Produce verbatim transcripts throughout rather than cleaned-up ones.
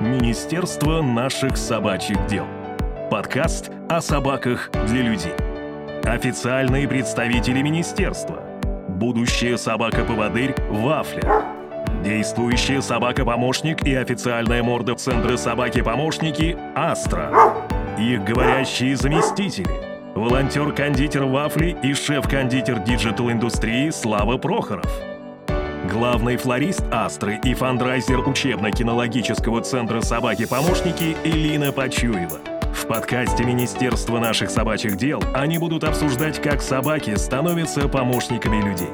Министерство наших собачьих дел. Подкаст о собаках для людей. Официальные представители министерства. Будущая собака-поводырь Вафля. Действующая собака-помощник и официальная морда Центра собаки-помощники Астра. Их говорящие заместители. Волонтер-кондитер Вафли и шеф-кондитер диджитал-индустрии Слава Прохоров. Главный флорист Астры и фандрайзер учебно-кинологического центра собаки-помощники Элина Почуева. В подкасте Министерства наших собачьих дел они будут обсуждать, как собаки становятся помощниками людей.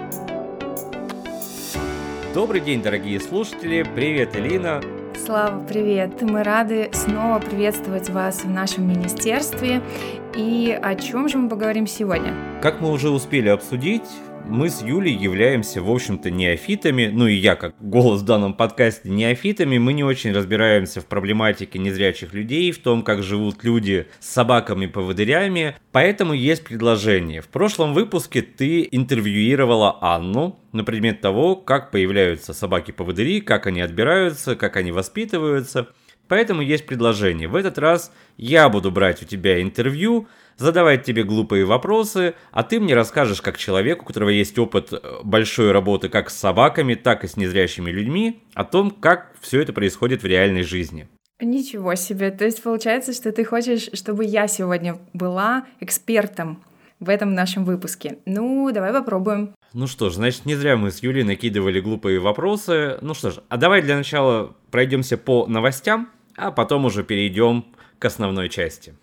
Добрый день, дорогие слушатели. Привет, Элина. Слава, привет! Мы рады снова приветствовать вас в нашем министерстве. И о чем же мы поговорим сегодня? Как мы уже успели обсудить, мы с Юлей являемся, в общем-то, неофитами, ну и я, как голос в данном подкасте, неофитами. Мы не очень разбираемся в проблематике незрячих людей, в том, как живут люди с собаками-поводырями, поэтому есть предложение. В прошлом выпуске ты интервьюировала Анну на предмет того, как появляются собаки-поводыри, как они отбираются, как они воспитываются. Поэтому есть предложение. В этот раз я буду брать у тебя интервью, задавать тебе глупые вопросы, а ты мне расскажешь, как человек, у которого есть опыт большой работы как с собаками, так и с незрячими людьми, о том, как все это происходит в реальной жизни. Ничего себе! То есть получается, что ты хочешь, чтобы я сегодня была экспертом в этом нашем выпуске. Ну, давай попробуем. Ну что ж, значит, не зря мы с Юлей накидывали глупые вопросы. Ну что ж, а давай для начала пройдемся по новостям, а потом уже перейдем к основной части.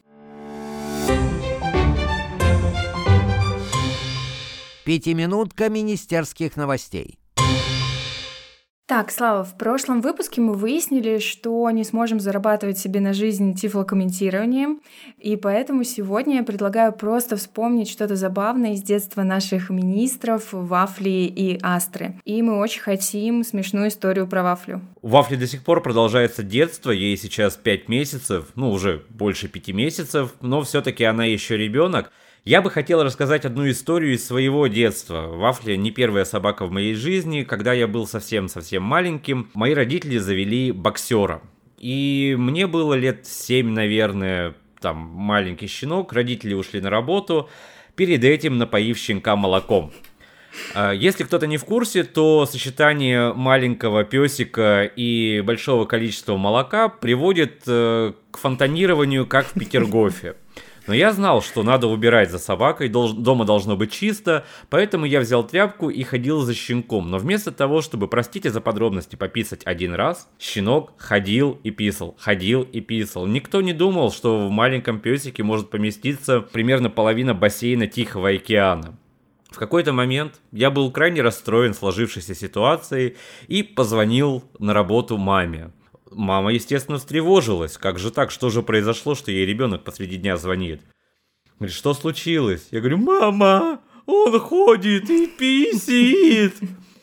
Пятиминутка министерских новостей. Так, Слава, в прошлом выпуске мы выяснили, что не сможем зарабатывать себе на жизнь тифлокомментированием, и поэтому сегодня я предлагаю просто вспомнить что-то забавное из детства наших министров Вафли и Астры. И мы очень хотим смешную историю про Вафлю. У Вафли до сих пор продолжается детство, ей сейчас пять месяцев, ну уже больше пяти месяцев, но все-таки она еще ребенок. Я бы хотел рассказать одну историю из своего детства. Вафля не первая собака в моей жизни. Когда я был совсем-совсем маленьким, мои родители завели боксера. И мне было лет семь, наверное, там маленький щенок, родители ушли на работу, перед этим напоив щенка молоком. Если кто-то не в курсе, то сочетание маленького песика и большого количества молока приводит к фонтанированию, как в Петергофе. Но я знал, что надо убирать за собакой, долж... дома должно быть чисто, поэтому я взял тряпку и ходил за щенком. Но вместо того, чтобы, простите за подробности, пописать один раз, щенок ходил и писал, ходил и писал. Никто не думал, что в маленьком песике может поместиться примерно половина бассейна Тихого океана. В какой-то момент я был крайне расстроен сложившейся ситуацией и позвонил на работу маме. Мама, естественно, встревожилась. Как же так? Что же произошло, что ей ребенок посреди дня звонит? Говорит, что случилось? Я говорю, мама, он ходит и писит.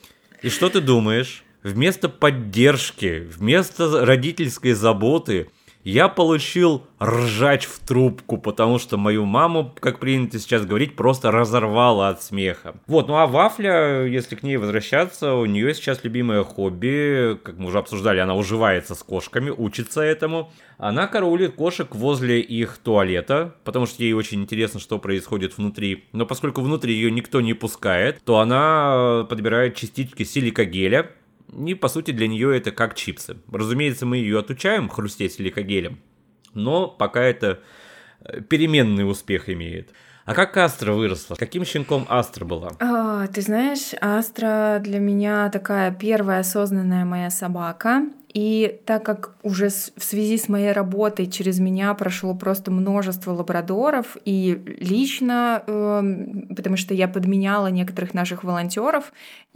И что ты думаешь? Вместо поддержки, вместо родительской заботы я получил ржач в трубку, потому что мою маму, как принято сейчас говорить, просто разорвало от смеха. Вот, ну а Вафля, если к ней возвращаться, у нее сейчас любимое хобби, как мы уже обсуждали, она уживается с кошками, учится этому. Она караулит кошек возле их туалета, потому что ей очень интересно, что происходит внутри. Но поскольку внутри ее никто не пускает, то она подбирает частички силикагеля. И, по сути, для нее это как чипсы. Разумеется, мы ее отучаем хрустеть силикагелем, но пока это переменный успех имеет. А как Астра выросла? Каким щенком Астра была? А, ты знаешь, Астра для меня такая первая осознанная моя собака. И так как уже в связи с моей работой через меня прошло просто множество лабрадоров, и лично, э, потому что я подменяла некоторых наших волонтеров,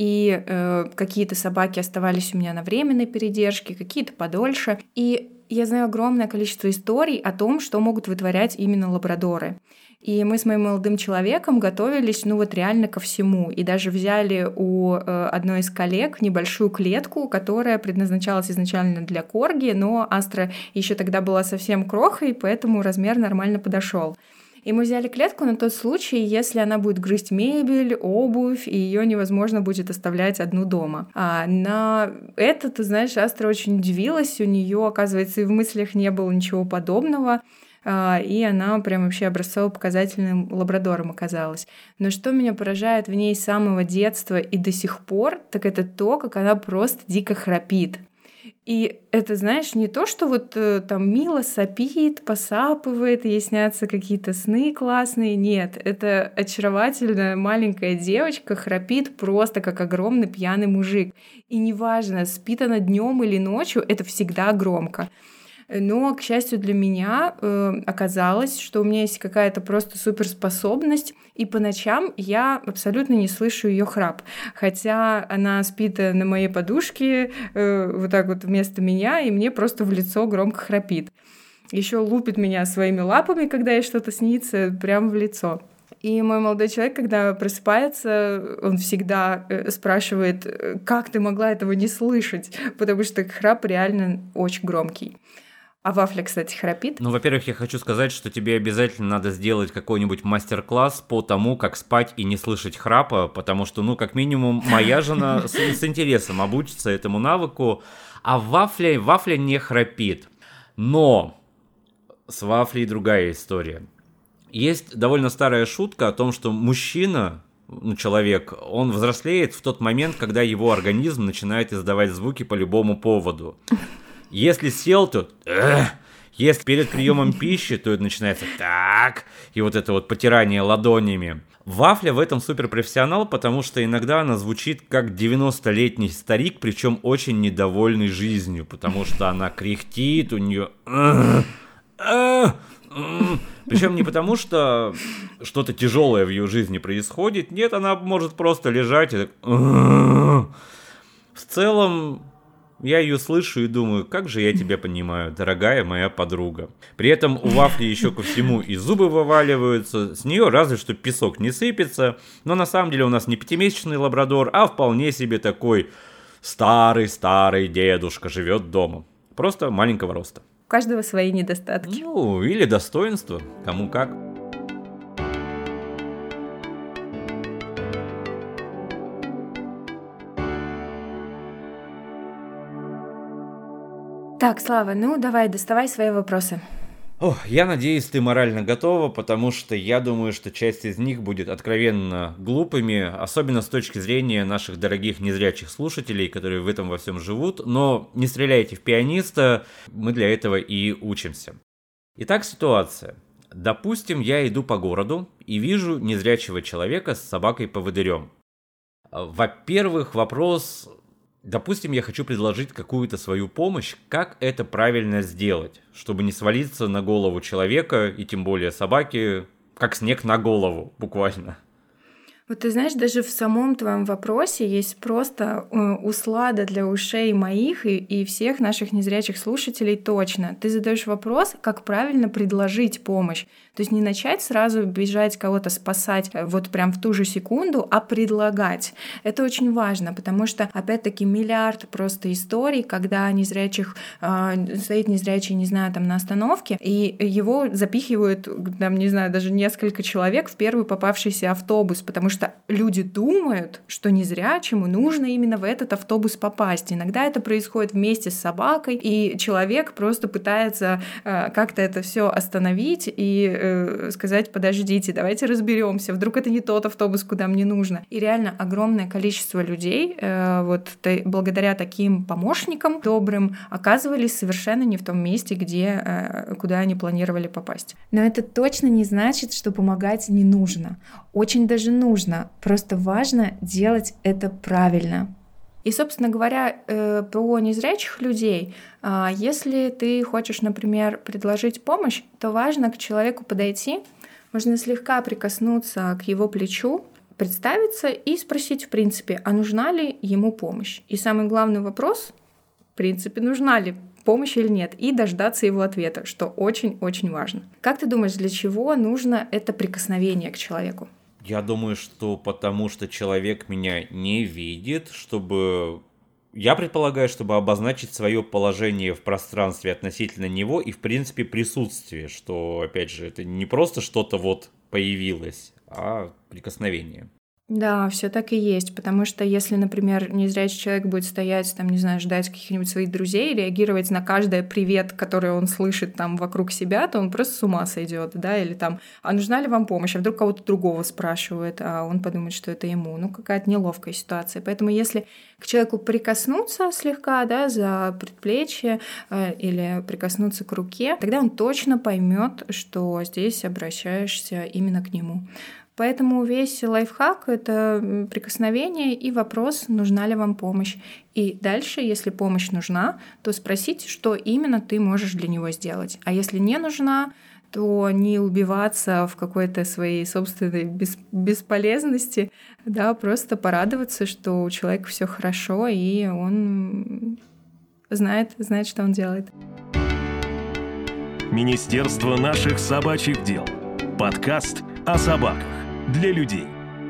и э, какие-то собаки оставались у меня на временной передержке, какие-то подольше. И я знаю огромное количество историй о том, что могут вытворять именно лабрадоры. И мы с моим молодым человеком готовились, ну вот реально ко всему. И даже взяли у э, одной из коллег небольшую клетку, которая предназначалась изначально для корги, но Астра еще тогда была совсем крохой, поэтому размер нормально подошел. И мы взяли клетку на тот случай, если она будет грызть мебель, обувь, и ее невозможно будет оставлять одну дома. А на это, ты знаешь, Астра очень удивилась, у нее, оказывается, и в мыслях не было ничего подобного. И она прям вообще образцово-показательным лабрадором оказалась. Но что меня поражает в ней с самого детства и до сих пор, так это то, как она просто дико храпит. И это, знаешь, не то, что вот там мило сопит, посапывает, ей снятся какие-то сны классные. Нет, это очаровательная маленькая девочка храпит просто как огромный пьяный мужик. И неважно, спит она днем или ночью, это всегда громко. Но, к счастью для меня, э, оказалось, что у меня есть какая-то просто суперспособность, и по ночам я абсолютно не слышу ее храп. Хотя она спит на моей подушке э, вот так вот вместо меня, и мне просто в лицо громко храпит. Еще лупит меня своими лапами, когда ей что-то снится, прямо в лицо. И мой молодой человек, когда просыпается, он всегда спрашивает, как ты могла этого не слышать, потому что храп реально очень громкий. А Вафля, кстати, храпит? Ну, во-первых, я хочу сказать, что тебе обязательно надо сделать какой-нибудь мастер-класс по тому, как спать и не слышать храпа, потому что, ну, как минимум, моя жена с, с интересом обучится этому навыку, а Вафля, Вафля не храпит. Но с Вафлей другая история. Есть довольно старая шутка о том, что мужчина, ну, человек, он взрослеет в тот момент, когда его организм начинает издавать звуки по любому поводу. Если сел, то эх, если перед приемом пищи, то это начинается так, и вот это вот потирание ладонями. Вафля в этом суперпрофессионал, потому что иногда она звучит как девяностолетний старик, причем очень недовольный жизнью, потому что она кряхтит, у нее... Причем не потому, что что-то тяжелое в ее жизни происходит, нет, она может просто лежать и так... В целом... Я ее слышу и думаю, как же я тебя понимаю, дорогая моя подруга. При этом у Вафли еще ко всему и зубы вываливаются, с нее разве что песок не сыпется, но на самом деле у нас не пятимесячный лабрадор, а вполне себе такой старый-старый дедушка живет дома. Просто маленького роста. У каждого свои недостатки. Ну, или достоинства, кому как. Так, Слава, ну давай, доставай свои вопросы. О, я надеюсь, ты морально готова, потому что я думаю, что часть из них будет откровенно глупыми, особенно с точки зрения наших дорогих незрячих слушателей, которые в этом во всем живут, но не стреляйте в пианиста, мы для этого и учимся. Итак, ситуация. Допустим, я иду по городу и вижу незрячего человека с собакой-поводырем. Во-первых, вопрос... Допустим, я хочу предложить какую-то свою помощь, как это правильно сделать, чтобы не свалиться на голову человека и тем более собаки, как снег на голову, буквально. Вот ты знаешь, даже в самом твоем вопросе есть просто услада для ушей моих и, и всех наших незрячих слушателей точно. Ты задаешь вопрос, как правильно предложить помощь. То есть не начать сразу бежать кого-то спасать вот прям в ту же секунду, а предлагать. Это очень важно, потому что, опять-таки, миллиард просто историй, когда незрячих, э, стоит незрячий, не знаю, там на остановке, и его запихивают, там, не знаю, даже несколько человек в первый попавшийся автобус, потому что люди думают, что незрячему нужно именно в этот автобус попасть. Иногда это происходит вместе с собакой, и человек просто пытается э, как-то это все остановить и сказать: подождите, давайте разберемся, вдруг это не тот автобус, куда мне нужно. И реально огромное количество людей вот благодаря таким помощникам добрым оказывались совершенно не в том месте, где, куда они планировали попасть. Но это точно не значит, что помогать не нужно. Очень даже нужно. Просто важно делать это правильно. И, собственно говоря, про незрячих людей, если ты хочешь, например, предложить помощь, то важно к человеку подойти, можно слегка прикоснуться к его плечу, представиться и спросить, в принципе, а нужна ли ему помощь. И самый главный вопрос, в принципе, нужна ли помощь или нет, и дождаться его ответа, что очень-очень важно. Как ты думаешь, для чего нужно это прикосновение к человеку? Я думаю, что потому что человек меня не видит, чтобы Я предполагаю, чтобы обозначить свое положение в пространстве относительно него и, в принципе, присутствие, что, опять же, это не просто что-то вот появилось, а прикосновение. Да, все так и есть, потому что если, например, незрячий человек будет стоять, там, не знаю, ждать каких-нибудь своих друзей, реагировать на каждое привет, которое он слышит там вокруг себя, то он просто с ума сойдет, да, или там, а нужна ли вам помощь, а вдруг кого-то другого спрашивают, а он подумает, что это ему, ну, какая-то неловкая ситуация. Поэтому если к человеку прикоснуться слегка, да, за предплечье э, или прикоснуться к руке, тогда он точно поймет, что здесь обращаешься именно к нему. Поэтому весь лайфхак — это прикосновение и вопрос, нужна ли вам помощь. И дальше, если помощь нужна, то спросите, что именно ты можешь для него сделать. А если не нужна, то не убиваться в какой-то своей собственной бес- бесполезности, да, просто порадоваться, что у человека все хорошо, и он знает, знает, что он делает. Министерство наших собачьих дел. Подкаст о собаках для людей.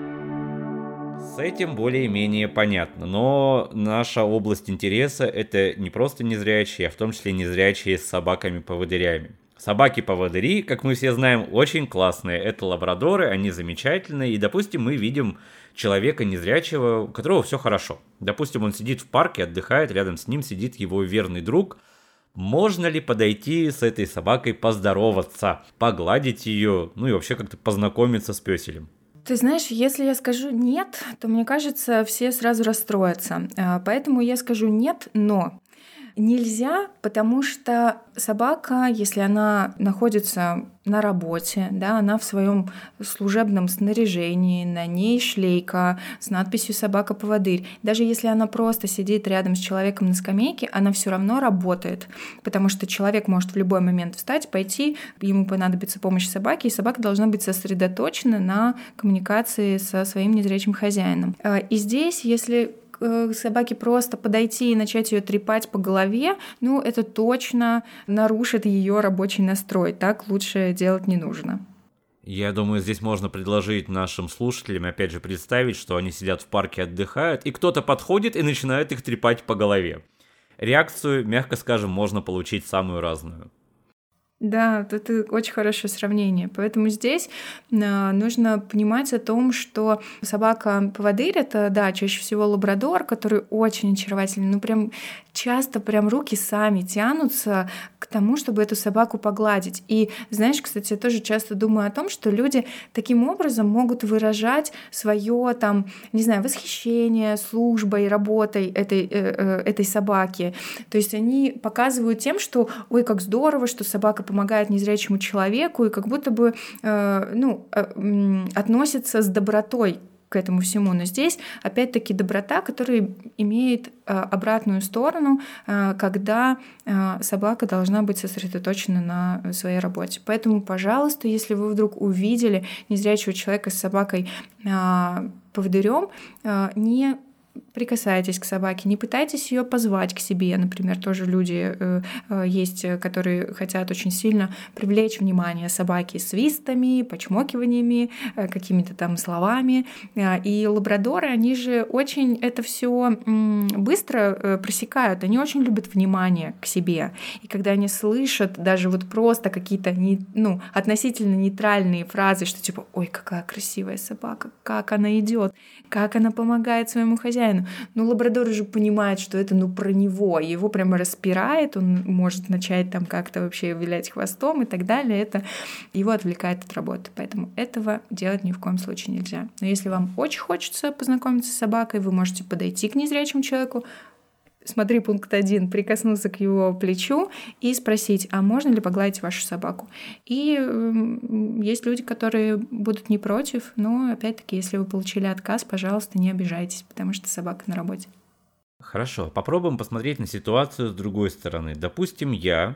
С этим более-менее понятно, но наша область интереса — это не просто незрячие, а в том числе незрячие с собаками-поводырями. Собаки-поводыри, как мы все знаем, очень классные. Это лабрадоры, они замечательные. И, допустим, мы видим человека незрячего, у которого все хорошо. Допустим, он сидит в парке, отдыхает, рядом с ним сидит его верный друг. Можно ли подойти с этой собакой поздороваться, погладить ее, ну и вообще как-то познакомиться с пёселем? Ты знаешь, если я скажу «нет», то, мне кажется, все сразу расстроятся. Поэтому я скажу «нет», но нельзя, потому что собака, если она находится на работе, да, она в своем служебном снаряжении, на ней шлейка с надписью «Собака-поводырь». Даже если она просто сидит рядом с человеком на скамейке, она все равно работает, потому что человек может в любой момент встать, пойти, ему понадобится помощь собаки, и собака должна быть сосредоточена на коммуникации со своим незрячим хозяином. И здесь, если к собаке просто подойти и начать ее трепать по голове, ну, это точно нарушит ее рабочий настрой. Так лучше делать не нужно. Я думаю, здесь можно предложить нашим слушателям, опять же, представить, что они сидят в парке, отдыхают, и кто-то подходит и начинает их трепать по голове. Реакцию, мягко скажем, можно получить самую разную. Да, это очень хорошее сравнение. Поэтому здесь нужно понимать о том, что собака-поводырь — это, да, чаще всего лабрадор, который очень очаровательный, ну прям часто прям руки сами тянутся к тому, чтобы эту собаку погладить. И знаешь, кстати, я тоже часто думаю о том, что люди таким образом могут выражать свое там, не знаю, восхищение службой, работой этой, э, этой собаки. То есть они показывают тем, что ой, как здорово, что собака помогает незрячему человеку, и как будто бы э, ну, э, относятся с добротой к этому всему. Но здесь, опять-таки, доброта, которая имеет э, обратную сторону, э, когда э, собака должна быть сосредоточена на своей работе. Поэтому, пожалуйста, если вы вдруг увидели незрячего человека с собакой э, поводырем, э, не прикасайтесь к собаке, не пытайтесь ее позвать к себе. Например, тоже люди э, э, есть, которые хотят очень сильно привлечь внимание собаки свистами, почмокиваниями, э, какими-то там словами. Э, и лабрадоры, они же очень это все м, быстро э, пресекают. Они очень любят внимание к себе. И когда они слышат даже вот просто какие-то не, ну, относительно нейтральные фразы, что типа «Ой, какая красивая собака, как она идет, как она помогает своему хозяину». Ну, лабрадор уже понимает, что это ну про него, его прямо распирает, он может начать там как-то вообще вилять хвостом и так далее, это его отвлекает от работы, поэтому этого делать ни в коем случае нельзя. Но если вам очень хочется познакомиться с собакой, вы можете подойти к незрячему человеку, смотри, пункт один, прикоснуться к его плечу и спросить, а можно ли погладить вашу собаку? И э, есть люди, которые будут не против, но, опять-таки, если вы получили отказ, пожалуйста, не обижайтесь, потому что собака на работе. Хорошо, попробуем посмотреть на ситуацию с другой стороны. Допустим, я,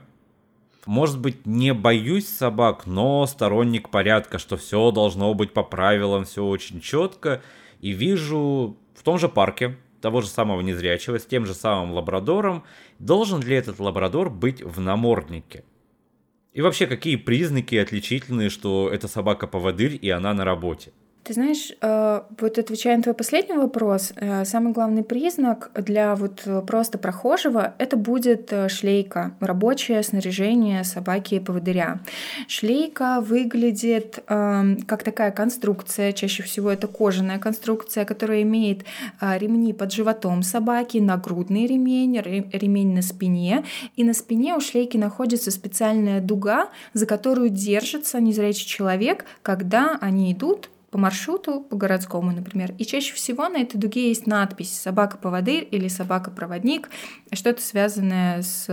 может быть, не боюсь собак, но сторонник порядка, что все должно быть по правилам, все очень четко, и вижу в том же парке того же самого незрячего, с тем же самым лабрадором, должен ли этот лабрадор быть в наморднике? И вообще, какие признаки отличительные, что эта собака-поводырь и она на работе? Ты знаешь, вот отвечая на твой последний вопрос, самый главный признак для вот просто прохожего — это будет шлейка, рабочее снаряжение собаки-поводыря. Шлейка выглядит как такая конструкция, чаще всего это кожаная конструкция, которая имеет ремни под животом собаки, нагрудный ремень, ремень на спине, и на спине у шлейки находится специальная дуга, за которую держится незрячий человек, когда они идут по маршруту, по городскому, например. И чаще всего на этой дуге есть надпись «собака-поводырь» или «собака-проводник», что-то связанное с,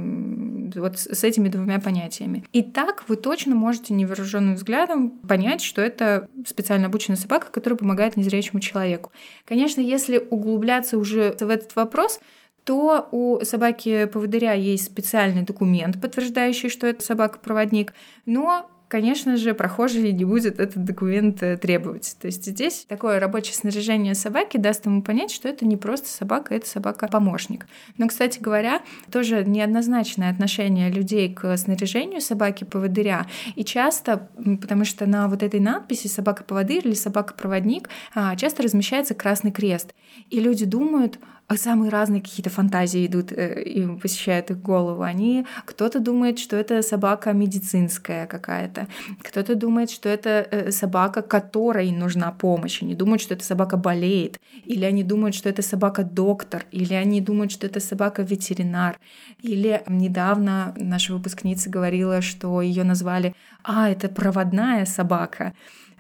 вот, с этими двумя понятиями. И так вы точно можете невооруженным взглядом понять, что это специально обученная собака, которая помогает незрячему человеку. Конечно, если углубляться уже в этот вопрос, то у собаки-поводыря есть специальный документ, подтверждающий, что это собака-проводник, но конечно же, прохожий не будет этот документ требовать. То есть здесь такое рабочее снаряжение собаки даст ему понять, что это не просто собака, это собака-помощник. Но, кстати говоря, тоже неоднозначное отношение людей к снаряжению собаки-поводыря. И часто, потому что на вот этой надписи «собака-поводырь» или «собака-проводник» часто размещается красный крест. И люди думают, самые разные какие-то фантазии идут и посещают их голову. Они, кто-то думает, что это собака медицинская какая-то, кто-то думает, что это собака, которой нужна помощь. Они думают, что эта собака болеет, или они думают, что это собака-доктор, или они думают, что это собака-ветеринар. Или недавно наша выпускница говорила, что ее назвали «А, это проводная собака».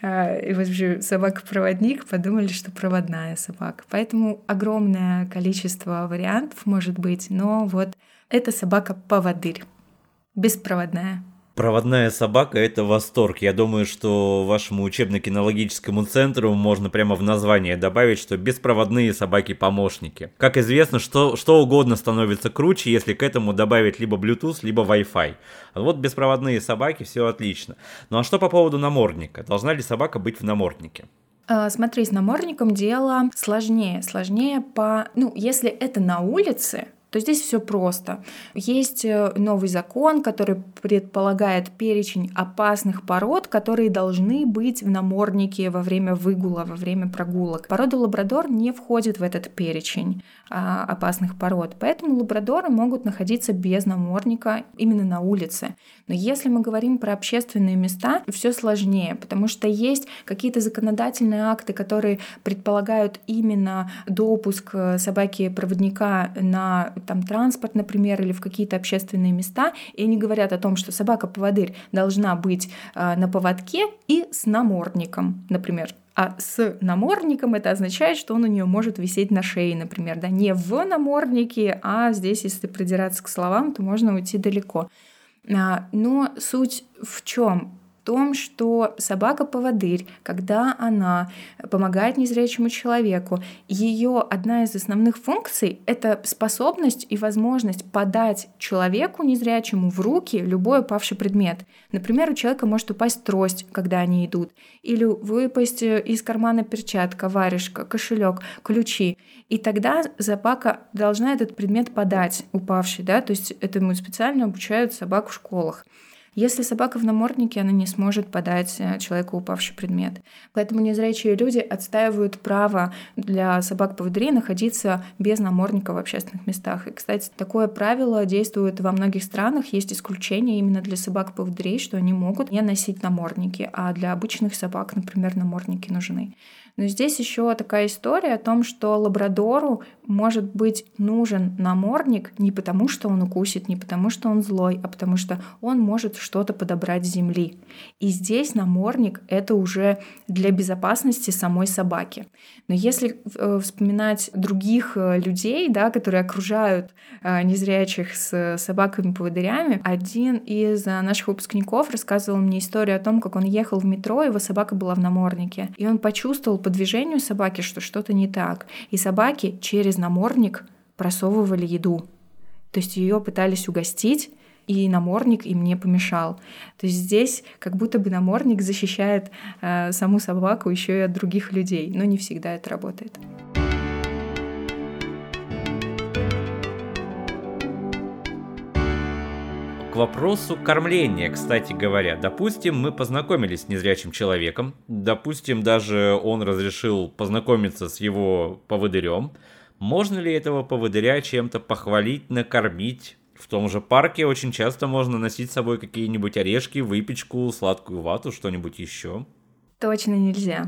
И вообще собака-проводник, подумали, что проводная собака. Поэтому огромное количество вариантов может быть, но вот это собака-поводырь, беспроводная. Проводная собака — это восторг. Я думаю, что вашему учебно-кинологическому центру можно прямо в название добавить, что беспроводные собаки-помощники. Как известно, что, что угодно становится круче, если к этому добавить либо Bluetooth, либо Wi-Fi. А вот беспроводные собаки — все отлично. Ну а что по поводу намордника? Должна ли собака быть в наморднике? Смотри, с намордником дело сложнее. Сложнее по... Ну, если это на улице, то здесь все просто. Есть новый закон, который предполагает перечень опасных пород, которые должны быть в наморднике во время выгула, во время прогулок. Порода лабрадор не входит в этот перечень а, опасных пород, поэтому лабрадоры могут находиться без намордника именно на улице. Но если мы говорим про общественные места, все сложнее, потому что есть какие-то законодательные акты, которые предполагают именно допуск собаки-проводника на там, транспорт, например, или в какие-то общественные места, и они говорят о том, что собака-поводырь должна быть э, на поводке и с намордником, например. А с намордником это означает, что он у нее может висеть на шее, например, да, не в наморднике, а здесь, если придираться к словам, то можно уйти далеко. А, но суть в чем? В том, что собака-поводырь, когда она помогает незрячему человеку, ее одна из основных функций — это способность и возможность подать человеку незрячему в руки любой упавший предмет. Например, у человека может упасть трость, когда они идут, или выпасть из кармана перчатка, варежка, кошелек, ключи. И тогда собака должна этот предмет подать упавший, да, то есть этому специально обучают собак в школах. Если собака в наморднике, она не сможет подать человеку упавший предмет. Поэтому незрячие люди отстаивают право для собак-поводырей находиться без намордника в общественных местах. И, кстати, такое правило действует во многих странах. Есть исключения именно для собак-поводырей, что они могут не носить намордники, а для обычных собак, например, намордники нужны. Но здесь еще такая история о том, что лабрадору может быть нужен намордник не потому, что он укусит, не потому, что он злой, а потому что он может что-то подобрать с земли. И здесь намордник — это уже для безопасности самой собаки. Но если вспоминать других людей, да, которые окружают незрячих с собаками-поводырями, один из наших выпускников рассказывал мне историю о том, как он ехал в метро, его собака была в наморднике, и он почувствовал по движению собаки, что что-то не так. И собаки через намордник просовывали еду. То есть ее пытались угостить, и намордник им не помешал. То есть здесь как будто бы намордник защищает э, саму собаку еще и от других людей, но не всегда это работает. К вопросу кормления, кстати говоря. Допустим, мы познакомились с незрячим человеком. Допустим, даже он разрешил познакомиться с его поводырем. Можно ли этого поводыря чем-то похвалить, накормить? В том же парке очень часто можно носить с собой какие-нибудь орешки, выпечку, сладкую вату, что-нибудь еще. Точно нельзя.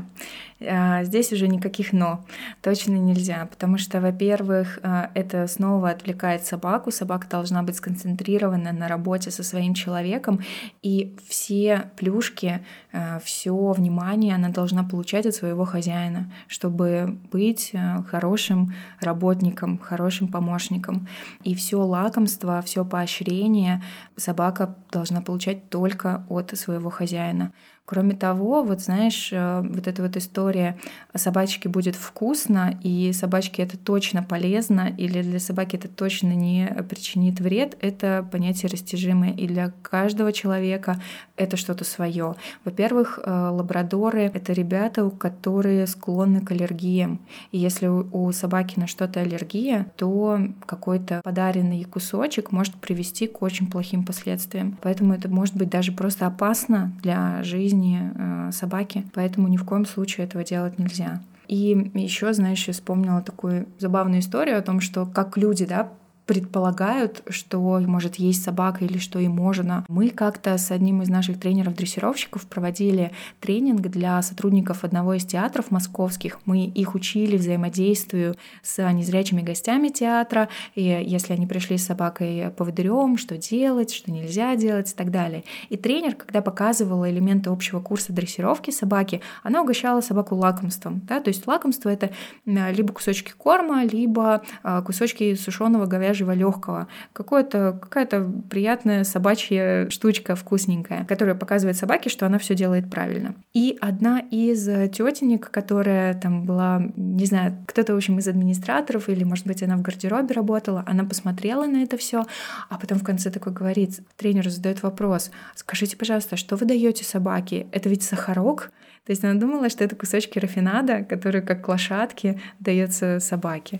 Здесь уже никаких «но». Точно нельзя, потому что, во-первых, это снова отвлекает собаку. Собака должна быть сконцентрирована на работе со своим человеком, и все плюшки, все внимание она должна получать от своего хозяина, чтобы быть хорошим работником, хорошим помощником. И все лакомство, все поощрение собака должна получать только от своего хозяина. Кроме того, вот знаешь, вот эта вот история «собачке будет вкусно» и «собачке это точно полезно» или «для собаки это точно не причинит вред» — это понятие растяжимое, и для каждого человека это что-то свое. Во-первых, лабрадоры — это ребята, которые склонны к аллергиям, и если у собаки на что-то аллергия, то какой-то подаренный кусочек может привести к очень плохим последствиям. Поэтому это может быть даже просто опасно для жизни собаки, поэтому ни в коем случае этого делать нельзя. И еще, знаешь, я вспомнила такую забавную историю о том, что как люди, да, предполагают, что может есть собака или что им можно. Мы как-то с одним из наших тренеров-дрессировщиков проводили тренинг для сотрудников одного из театров московских. Мы их учили взаимодействию с незрячими гостями театра, и если они пришли с собакой-поводырем, что делать, что нельзя делать и так далее. И тренер, когда показывала элементы общего курса дрессировки собаки, она угощала собаку лакомством. Да? То есть лакомство — это либо кусочки корма, либо кусочки сушеного говяжьего легкого, какое-то, какая-то приятная собачья штучка вкусненькая, которая показывает собаке, что она все делает правильно. И одна из тетенек, которая там была, не знаю, кто-то, в общем, из администраторов, или, может быть, она в гардеробе работала, она посмотрела на это все, а потом в конце такой говорит, тренер задает вопрос: скажите, пожалуйста, что вы даете собаке? Это ведь сахарок? То есть она думала, что это кусочки рафинада, которые, как лошадки, дается собаке.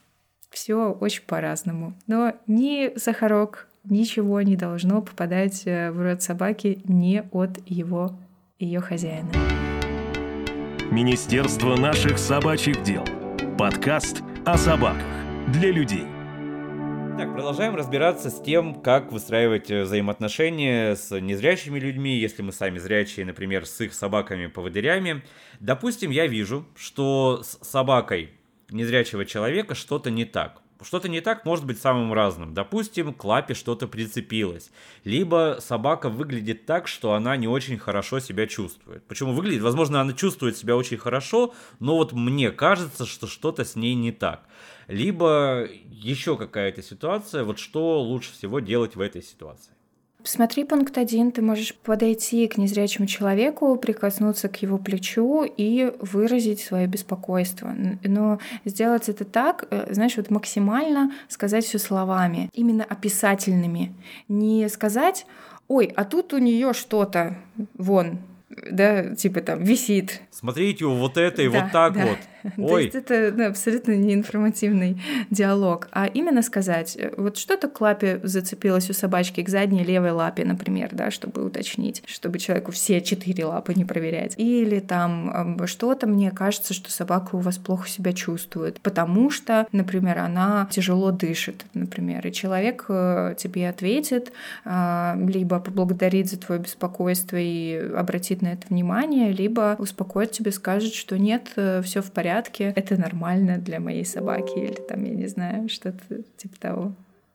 Все очень по-разному. Но ни сахарок, ничего не должно попадать в рот собаки не от его, ее хозяина. Министерство наших собачьих дел. Подкаст о собаках для людей. Так, продолжаем разбираться с тем, как выстраивать взаимоотношения с незрячими людьми, если мы сами зрячие, например, с их собаками-поводырями. Допустим, я вижу, что с собакой незрячего человека что-то не так. Что-то не так может быть самым разным. Допустим, к лапе что-то прицепилось. Либо собака выглядит так, что она не очень хорошо себя чувствует. Почему выглядит? Возможно, она чувствует себя очень хорошо, но вот мне кажется, что что-то с ней не так. Либо еще какая-то ситуация. Вот что лучше всего делать в этой ситуации? Смотри пункт один. Ты можешь подойти к незрячему человеку, прикоснуться к его плечу и выразить свое беспокойство. Но сделать это так, знаешь, вот максимально сказать все словами, именно описательными. Не сказать: ой, а тут у нее что-то, вон, да, типа там висит. Смотрите, вот это и да, вот так да. вот. То Ой. есть это да, абсолютно неинформативный диалог, а именно сказать, вот что-то к лапе зацепилось у собачки, к задней левой лапе, например, да, чтобы уточнить, чтобы человеку все четыре лапы не проверять. Или там что-то, мне кажется, что собака у вас плохо себя чувствует, потому что, например, она тяжело дышит, например, и человек тебе ответит, либо поблагодарит за твое беспокойство и обратит на это внимание, либо успокоит тебя, скажет, что нет, все в порядке, это нормально для моей собаки, или там, я не знаю, что-то типа того.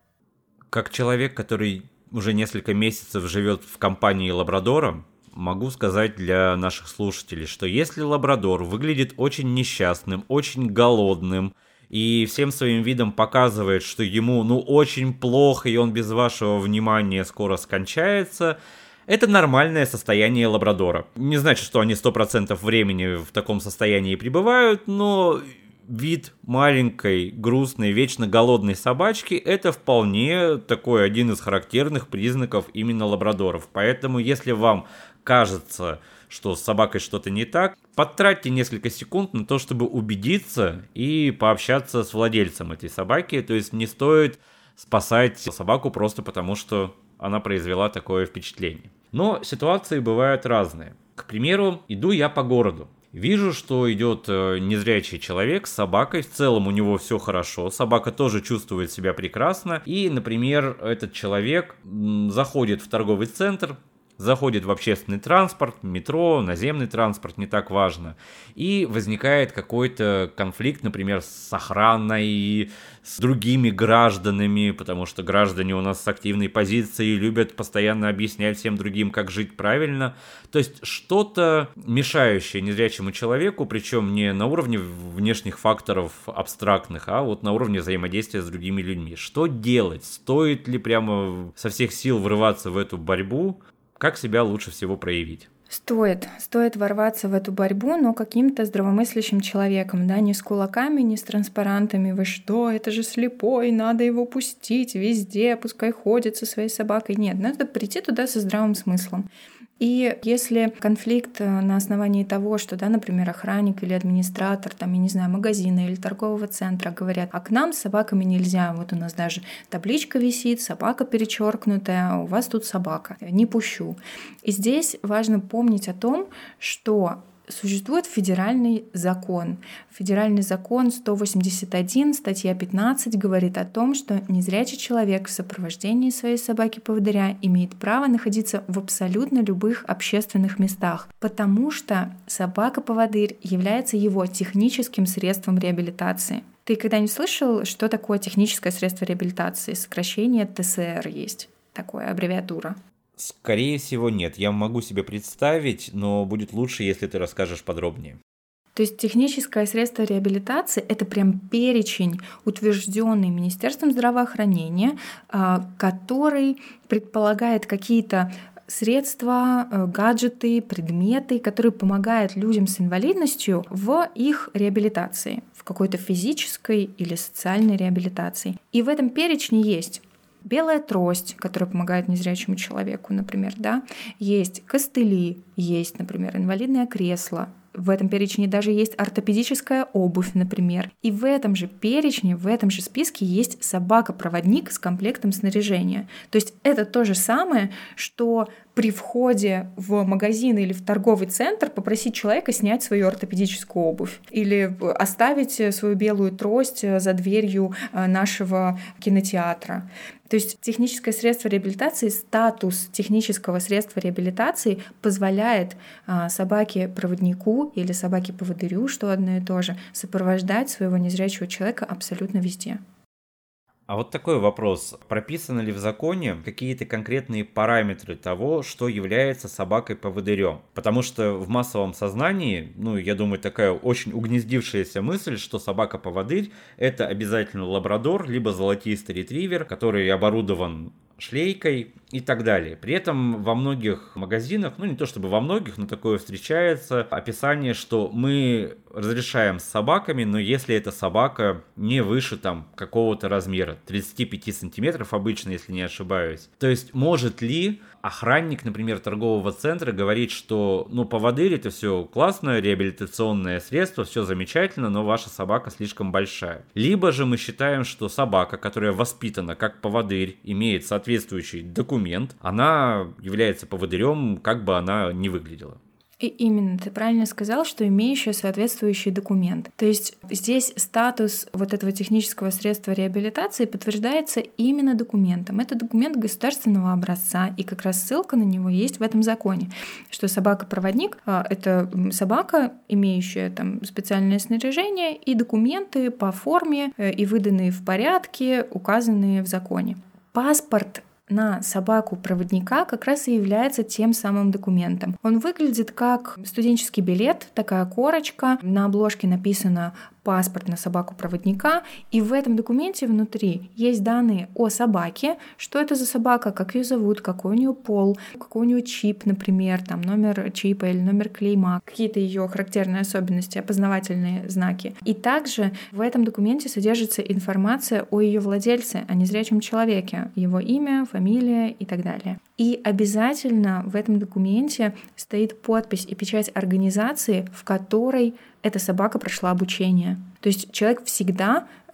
Как человек, который уже несколько месяцев живет в компании лабрадора, могу сказать для наших слушателей, что если лабрадор выглядит очень несчастным, очень голодным, и всем своим видом показывает, что ему ну очень плохо, и он без вашего внимания скоро скончается, это нормальное состояние лабрадора. Не значит, что они сто процентов времени в таком состоянии пребывают, но вид маленькой, грустной, вечно голодной собачки — это вполне такой один из характерных признаков именно лабрадоров. Поэтому, если вам кажется, что с собакой что-то не так, потратьте несколько секунд на то, чтобы убедиться и пообщаться с владельцем этой собаки. То есть не стоит спасать собаку просто потому, что она произвела такое впечатление. Но ситуации бывают разные. К примеру, иду я по городу. Вижу, что идет незрячий человек с собакой, в целом у него все хорошо, собака тоже чувствует себя прекрасно, и, например, этот человек заходит в торговый центр, заходит в общественный транспорт, метро, наземный транспорт, не так важно, и возникает какой-то конфликт, например, с охраной, с другими гражданами, потому что граждане у нас с активной позицией любят постоянно объяснять всем другим, как жить правильно. То есть что-то мешающее незрячему человеку, причем не на уровне внешних факторов абстрактных, а вот на уровне взаимодействия с другими людьми. Что делать? Стоит ли прямо со всех сил врываться в эту борьбу? Как себя лучше всего проявить? Стоит, стоит ворваться в эту борьбу, но каким-то здравомыслящим человеком, да, не с кулаками, не с транспарантами. Вы что, это же слепой, надо его пустить везде, пускай ходит со своей собакой. Нет, надо прийти туда со здравым смыслом. И если конфликт на основании того, что, да, например, охранник или администратор, там, я не знаю, магазина или торгового центра говорят, а к нам с собаками нельзя, вот у нас даже табличка висит, собака перечеркнутая, а у вас тут собака, не пущу. И здесь важно помнить о том, что существует федеральный закон. Федеральный закон сто восемьдесят один, статья пятнадцать, говорит о том, что незрячий человек в сопровождении своей собаки-поводыря имеет право находиться в абсолютно любых общественных местах, потому что собака-поводырь является его техническим средством реабилитации. Ты когда-нибудь слышал, что такое техническое средство реабилитации? Сокращение тэ эс эр есть, такая аббревиатура. Скорее всего, нет. Я могу себе представить, но будет лучше, если ты расскажешь подробнее. То есть техническое средство реабилитации — это прям перечень, утвержденный Министерством здравоохранения, который предполагает какие-то средства, гаджеты, предметы, которые помогают людям с инвалидностью в их реабилитации, в какой-то физической или социальной реабилитации. И в этом перечне есть белая трость, которая помогает незрячему человеку, например, да, есть костыли, есть, например, инвалидное кресло. В этом перечне даже есть ортопедическая обувь, например. И в этом же перечне, в этом же списке есть собака-проводник с комплектом снаряжения. То есть это то же самое, что при входе в магазин или в торговый центр попросить человека снять свою ортопедическую обувь или оставить свою белую трость за дверью нашего кинотеатра. То есть техническое средство реабилитации, статус технического средства реабилитации позволяет собаке-проводнику или собаке-поводырю, что одно и то же, сопровождать своего незрячего человека абсолютно везде. А вот такой вопрос. Прописаны ли в законе какие-то конкретные параметры того, что является собакой-поводырем? Потому что в массовом сознании, ну, я думаю, такая очень угнездившаяся мысль, что собака-поводырь — это обязательно лабрадор, либо золотистый ретривер, который оборудован шлейкой и так далее. При этом во многих магазинах, ну не то чтобы во многих, но такое встречается, описание, что мы разрешаем с собаками, но если эта собака не выше там какого-то размера, тридцать пять сантиметров обычно, если не ошибаюсь. То есть может ли охранник, например, торгового центра говорить, что ну поводырь — это все классное реабилитационное средство, все замечательно, но ваша собака слишком большая. Либо же мы считаем, что собака, которая воспитана как поводырь, имеет соответствующий документ, она является поводырем, как бы она ни выглядела. И именно, ты правильно сказал, что имеющая соответствующий документ. То есть здесь статус вот этого технического средства реабилитации подтверждается именно документом. Это документ государственного образца, и как раз ссылка на него есть в этом законе, что собака-проводник — это собака, имеющая там специальное снаряжение и документы по форме и выданные в порядке, указанные в законе. Паспорт на собаку-проводника как раз и является тем самым документом. Он выглядит как студенческий билет, такая корочка, на обложке написано «паспорт на собаку-проводника», и в этом документе внутри есть данные о собаке, что это за собака, как ее зовут, какой у нее пол, какой у нее чип, например, там номер чипа или номер клейма, какие-то ее характерные особенности, опознавательные знаки. И также в этом документе содержится информация о ее владельце, о незрячем человеке, его имя, фамилия и так далее. И обязательно в этом документе стоит подпись и печать организации, в которой эта собака прошла обучение. То есть человек всегда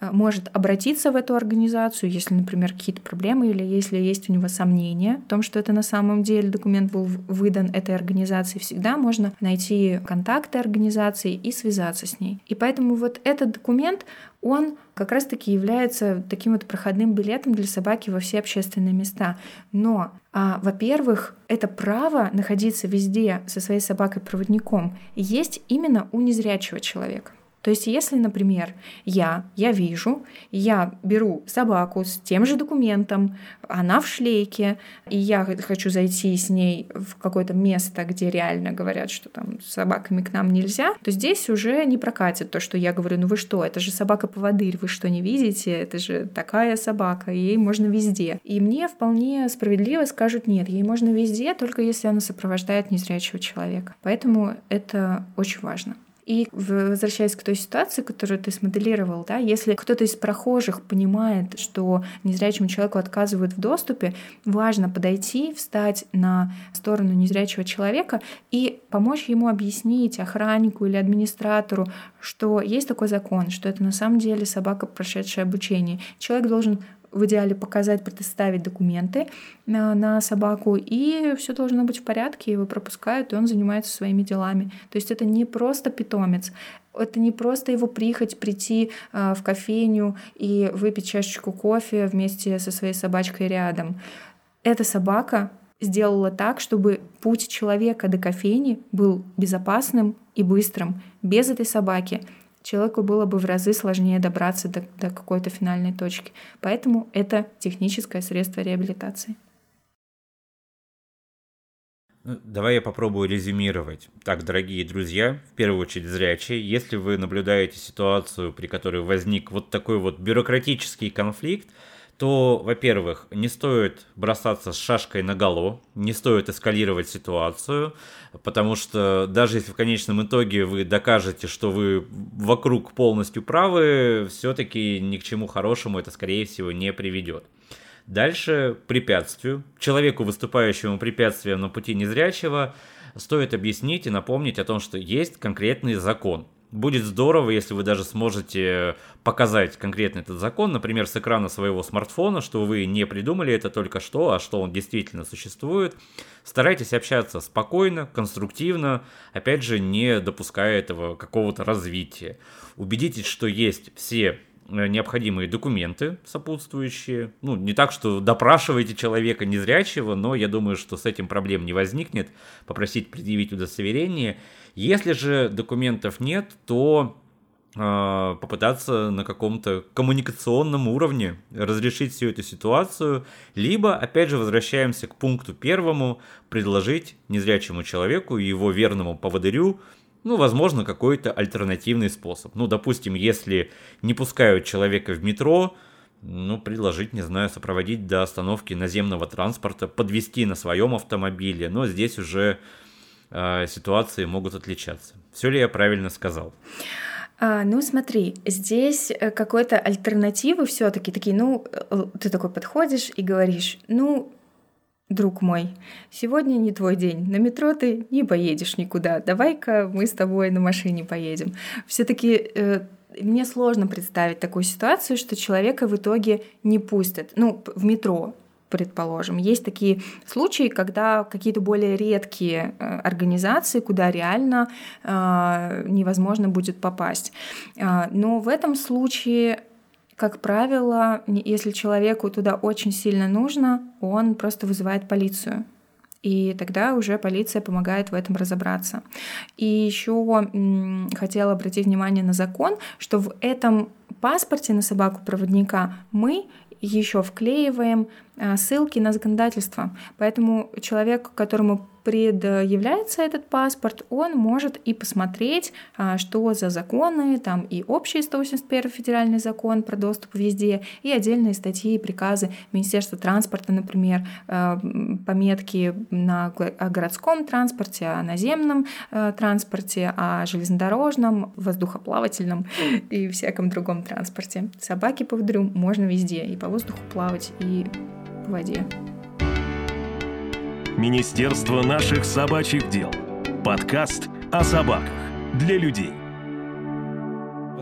может обратиться в эту организацию, если, например, какие-то проблемы или если есть у него сомнения в том, что это на самом деле документ был выдан этой организации, всегда можно найти контакты организации и связаться с ней. И поэтому вот этот документ, он как раз-таки является таким вот проходным билетом для собаки во все общественные места. Но, а, во-первых, это право находиться везде со своей собакой-проводником есть именно у незрячего человека. То есть если, например, я, я вижу, я беру собаку с тем же документом, она в шлейке, и я хочу зайти с ней в какое-то место, где реально говорят, что там с собаками к нам нельзя, то здесь уже не прокатит то, что я говорю, ну вы что, это же собака-поводырь, вы что, не видите? Это же такая собака, ей можно везде. И мне вполне справедливо скажут, нет, ей можно везде, только если она сопровождает незрячего человека. Поэтому это очень важно. И возвращаясь к той ситуации, которую ты смоделировал, да, если кто-то из прохожих понимает, что незрячему человеку отказывают в доступе, важно подойти, встать на сторону незрячего человека и помочь ему объяснить охраннику или администратору, что есть такой закон, что это на самом деле собака, прошедшая обучение. Человек должен в идеале показать, предоставить документы на, на собаку, и все должно быть в порядке, его пропускают, и он занимается своими делами. То есть это не просто питомец, это не просто его прихоть прийти э, в кофейню и выпить чашечку кофе вместе со своей собачкой рядом. Эта собака сделала так, чтобы путь человека до кофейни был безопасным и быстрым. Без этой собаки человеку было бы в разы сложнее добраться до, до какой-то финальной точки. Поэтому это техническое средство реабилитации. Ну, давай я попробую резюмировать. Так, дорогие друзья, в первую очередь зрячие, если вы наблюдаете ситуацию, при которой возник вот такой вот бюрократический конфликт, то, во-первых, не стоит бросаться с шашкой наголо, не стоит эскалировать ситуацию, потому что даже если в конечном итоге вы докажете, что вы вокруг полностью правы, все-таки ни к чему хорошему это, скорее всего, не приведет. Дальше препятствию. Человеку, выступающему препятствием на пути незрячего, стоит объяснить и напомнить о том, что есть конкретный закон. Будет здорово, если вы даже сможете показать конкретно этот закон, например, с экрана своего смартфона, что вы не придумали это только что, а что он действительно существует. Старайтесь общаться спокойно, конструктивно, опять же, не допуская этого какого-то развития. Убедитесь, что есть все необходимые документы сопутствующие. Ну, не так, что допрашиваете человека незрячего, но я думаю, что с этим проблем не возникнет. Попросить предъявить удостоверение. Если же документов нет, то э, попытаться на каком-то коммуникационном уровне разрешить всю эту ситуацию, либо, опять же, возвращаемся к пункту первому, предложить незрячему человеку и его верному поводырю, ну, возможно, какой-то альтернативный способ. Ну, допустим, если не пускают человека в метро, ну, предложить, не знаю, сопроводить до остановки наземного транспорта, подвезти на своем автомобиле, но здесь уже э, ситуации могут отличаться. Все ли я правильно сказал? А, ну, смотри, здесь какой-то альтернативы все-таки такие, ну, ты такой подходишь и говоришь, ну, друг мой, сегодня не твой день, на метро ты не поедешь никуда, давай-ка мы с тобой на машине поедем. Все-таки э, мне сложно представить такую ситуацию, что человека в итоге не пустят, ну, в метро, предположим. Есть такие случаи, когда какие-то более редкие э, организации, куда реально э, невозможно будет попасть. Э, но в этом случае, как правило, если человеку туда очень сильно нужно, он просто вызывает полицию. И тогда уже полиция помогает в этом разобраться. И еще м, хотела обратить внимание на закон, что в этом паспорте на собаку-проводника мы еще вклеиваем ссылки на законодательство. Поэтому человек, которому предъявляется этот паспорт, он может и посмотреть, что за законы, там и общий сто восемьдесят первый федеральный закон про доступ везде, и отдельные статьи и приказы Министерства транспорта, например, пометки на, о городском транспорте, о наземном транспорте, о железнодорожном, воздухоплавательном и всяком другом транспорте. Собаки поводырю можно везде, и по воздуху плавать, и по воде. Министерство наших собачьих дел. Подкаст о собаках для людей.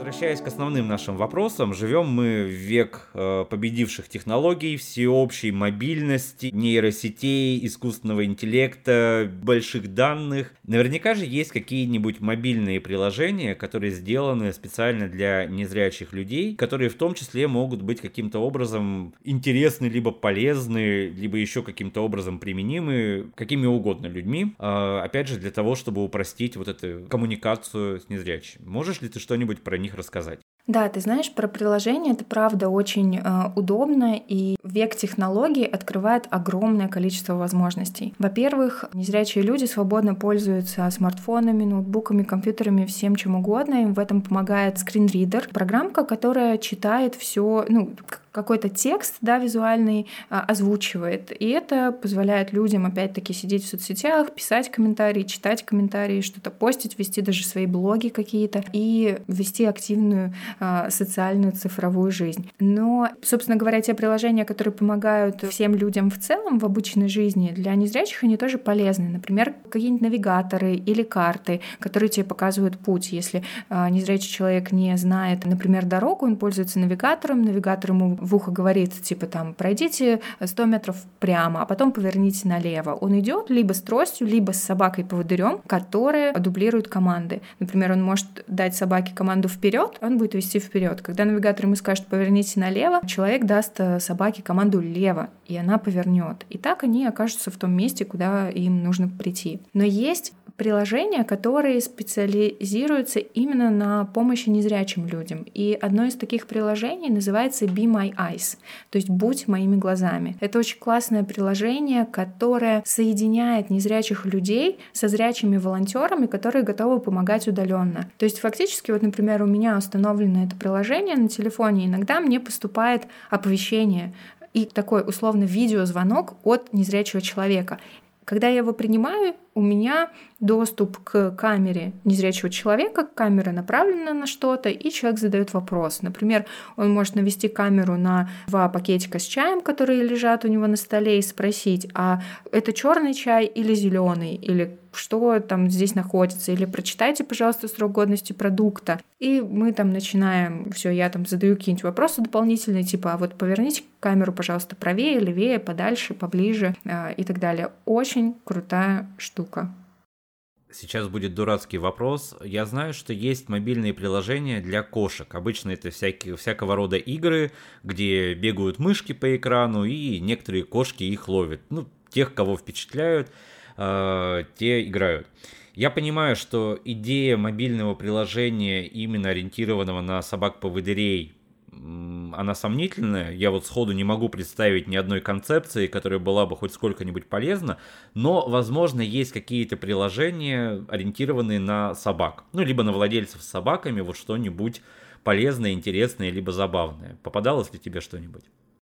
Возвращаясь к основным нашим вопросам, живем мы в век э, победивших технологий, всеобщей мобильности, нейросетей, искусственного интеллекта, больших данных. Наверняка же есть какие-нибудь мобильные приложения, которые сделаны специально для незрячих людей, которые в том числе могут быть каким-то образом интересны, либо полезны, либо еще каким-то образом применимы какими угодно людьми. Э, опять же, для того, чтобы упростить вот эту коммуникацию с незрячими. Можешь ли ты что-нибудь про них рассказать? Да, ты знаешь, про приложение это правда очень э, удобно, и век технологий открывает огромное количество возможностей. Во-первых, незрячие люди свободно пользуются смартфонами, ноутбуками, компьютерами, всем чем угодно. Им в этом помогает скринридер, программка, которая читает все, ну, какой-то текст, да, визуальный, озвучивает. И это позволяет людям, опять-таки, сидеть в соцсетях, писать комментарии, читать комментарии, что-то постить, вести даже свои блоги какие-то и вести активную социальную цифровую жизнь. Но, собственно говоря, те приложения, которые помогают всем людям в целом в обычной жизни, для незрячих они тоже полезны. Например, какие-нибудь навигаторы или карты, которые тебе показывают путь. Если незрячий человек не знает, например, дорогу, он пользуется навигатором, навигатор ему в ухо говорит, типа там, пройдите сто метров прямо, а потом поверните налево. Он идет либо с тростью, либо с собакой-поводырем, которая дублирует команды. Например, он может дать собаке команду вперед, он будет вести вперед. Когда навигатор ему скажет поверните налево, человек даст собаке команду лево, и она повернет. И так они окажутся в том месте, куда им нужно прийти. Но есть приложения, которые специализируются именно на помощи незрячим людям. И одно из таких приложений называется Be My Eyes, то есть «Будь моими глазами». Это очень классное приложение, которое соединяет незрячих людей со зрячими волонтерами, которые готовы помогать удаленно. То есть фактически, вот, например, у меня установлено это приложение на телефоне, иногда мне поступает оповещение и такой условно видеозвонок от незрячего человека. Когда я его принимаю, у меня доступ к камере незрячего человека, камера направлена на что-то, и человек задает вопрос. Например, он может навести камеру на два пакетика с чаем, которые лежат у него на столе, и спросить, а это черный чай или зеленый, или что там здесь находится, или прочитайте, пожалуйста, срок годности продукта. И мы там начинаем, все, я там задаю какие-нибудь вопросы дополнительные, типа, а вот поверните камеру, пожалуйста, правее, левее, подальше, поближе и так далее. Очень крутая штука. Сейчас будет дурацкий вопрос. Я знаю, что есть мобильные приложения для кошек. Обычно это всякие, всякого рода игры, где бегают мышки по экрану, и некоторые кошки их ловят. Ну, тех, кого впечатляют, э, те играют. Я понимаю, что идея мобильного приложения, именно ориентированного на собак-поводырей, она сомнительная. Я вот сходу не могу представить ни одной концепции, которая была бы хоть сколько-нибудь полезна, но, возможно, есть какие-то приложения, ориентированные на собак, ну, либо на владельцев с собаками, вот что-нибудь полезное, интересное, либо забавное. Попадалось ли тебе что-нибудь?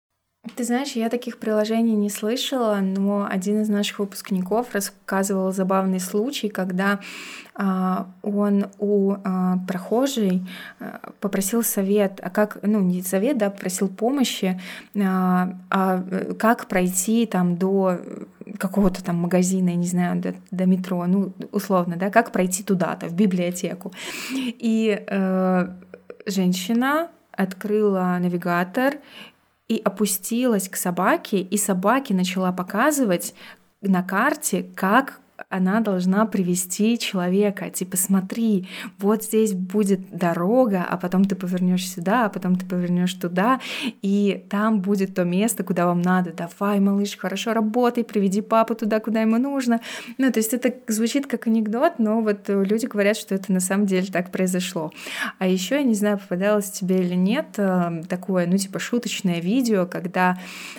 Ты знаешь, я таких приложений не слышала, но один из наших выпускников рассказывал забавный случай, когда а, он у а, прохожей а, попросил совет, а как, ну не совет, да, попросил помощи, а, а как пройти там до какого-то там магазина, я не знаю, до, до метро, ну условно, да, как пройти туда-то, в библиотеку. И э, женщина открыла навигатор и опустилась к собаке, и собаке начала показывать на карте, как она должна привести человека. Типа, смотри, вот здесь будет дорога, а потом ты повернешь сюда, а потом ты повернешь туда, и там будет то место, куда вам надо. Давай, малыш, хорошо работай, приведи папу туда, куда ему нужно. Ну, то есть это звучит как анекдот, но вот люди говорят, что это на самом деле так произошло. А еще я не знаю, попадалось тебе или нет, такое, ну, типа, шуточное видео, когда,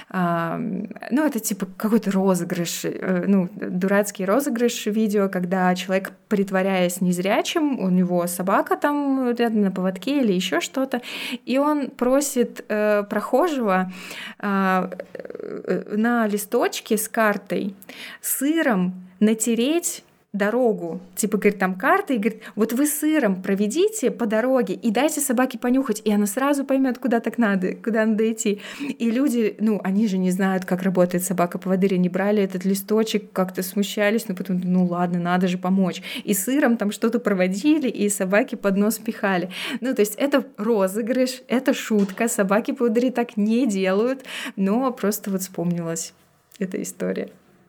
ну, это типа какой-то розыгрыш, ну, дурацкий розыгрыш, видео, когда человек, притворяясь незрячим, у него собака там рядом на поводке или еще что-то, и он просит э, прохожего э, на листочке с картой сыром натереть дорогу, типа, говорит, там карты, и говорит, вот вы сыром проведите по дороге и дайте собаке понюхать, и она сразу поймет, куда так надо, куда надо идти. И люди, ну, они же не знают, как работает собака-поводырь, они брали этот листочек, как-то смущались, но потом, ну ладно, надо же помочь. И сыром там что-то проводили, и собаки под нос пихали. Ну, то есть это розыгрыш, это шутка, собаки-поводыри так не делают, но просто вот вспомнилась эта история.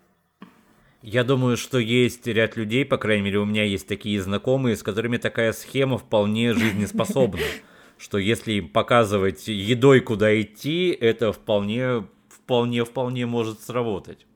Я думаю, что есть ряд людей, по крайней мере, у меня есть такие знакомые, с которыми такая схема вполне жизнеспособна. Что если им показывать едой, куда идти, это вполне, вполне, вполне может сработать.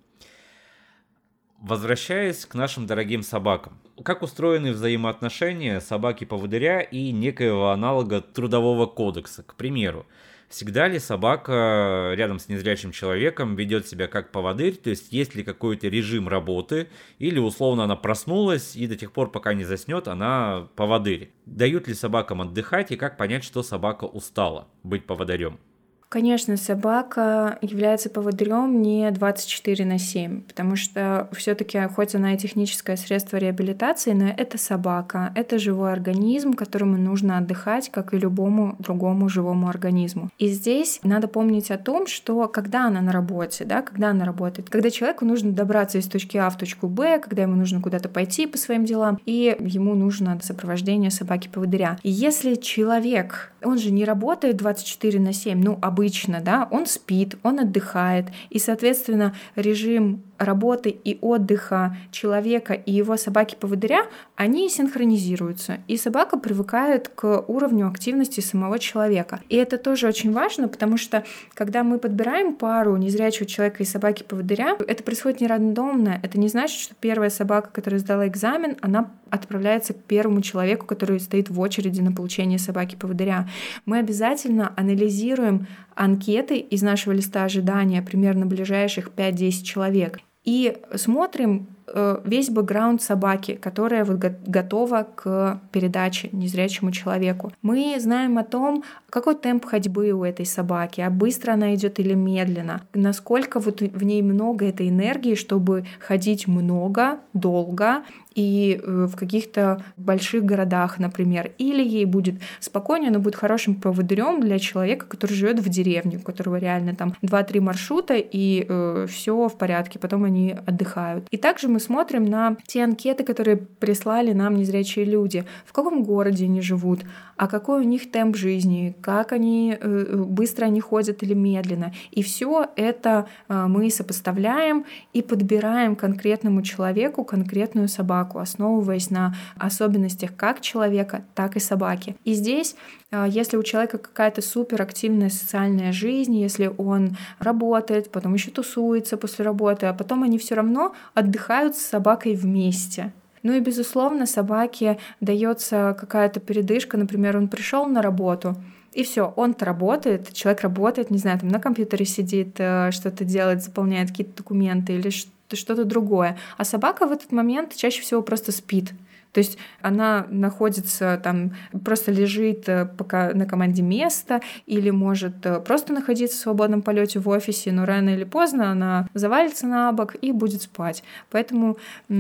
Возвращаясь к нашим дорогим собакам. Как устроены взаимоотношения собаки-поводыря и некоего аналога трудового кодекса? К примеру, всегда ли собака рядом с незрячим человеком ведет себя как поводырь, то есть есть ли какой-то режим работы, или условно она проснулась и до тех пор, пока не заснет, она поводырь? Дают ли собакам отдыхать и как понять, что собака устала быть поводырем? Конечно, собака является поводырем не двадцать четыре на семь, потому что все-таки, хоть она и техническое средство реабилитации, но это собака, это живой организм, которому нужно отдыхать, как и любому другому живому организму. И здесь надо помнить о том, что когда она на работе, да, когда она работает, когда человеку нужно добраться из точки А в точку Б, когда ему нужно куда-то пойти по своим делам, и ему нужно сопровождение собаки-поводыря. И если человек, он же не работает двадцать четыре на семь, ну, обычно, да, он спит, он отдыхает, и, соответственно, режим работы и отдыха человека и его собаки-поводыря, они синхронизируются, и собака привыкает к уровню активности самого человека. И это тоже очень важно, потому что, когда мы подбираем пару незрячего человека и собаки-поводыря, это происходит не рандомно, это не значит, что первая собака, которая сдала экзамен, она отправляется к первому человеку, который стоит в очереди на получение собаки-поводыря. Мы обязательно анализируем анкеты из нашего листа ожидания, примерно ближайших пять-десять человек, и смотрим весь бэкграунд собаки, которая вот готова к передаче незрячему человеку. Мы знаем о том, какой темп ходьбы у этой собаки, а быстро она идет или медленно, насколько вот в ней много этой энергии, чтобы ходить много, долго и в каких-то больших городах, например. Или ей будет спокойнее, она будет хорошим поводырем для человека, который живет в деревне, у которого реально там два-три маршрута, и э, все в порядке, потом они отдыхают. И также мы смотрим на те анкеты, которые прислали нам незрячие люди. В каком городе они живут, а какой у них темп жизни, как они э, быстро они ходят или медленно. И все это э, мы сопоставляем и подбираем конкретному человеку конкретную собаку, основываясь на особенностях как человека, так и собаки. И здесь, э, если у человека какая-то суперактивная социальная жизнь, если он работает, потом еще тусуется после работы, а потом они все равно отдыхают с собакой вместе. Ну и, безусловно, собаке дается какая-то передышка. Например, он пришел на работу, и все, он-то работает, человек работает, не знаю, там на компьютере сидит, что-то делает, заполняет какие-то документы или что-то другое. А собака в этот момент чаще всего просто спит. То есть она находится там, просто лежит пока на команде место, или может просто находиться в свободном полете в офисе, но рано или поздно она завалится на бок и будет спать. Поэтому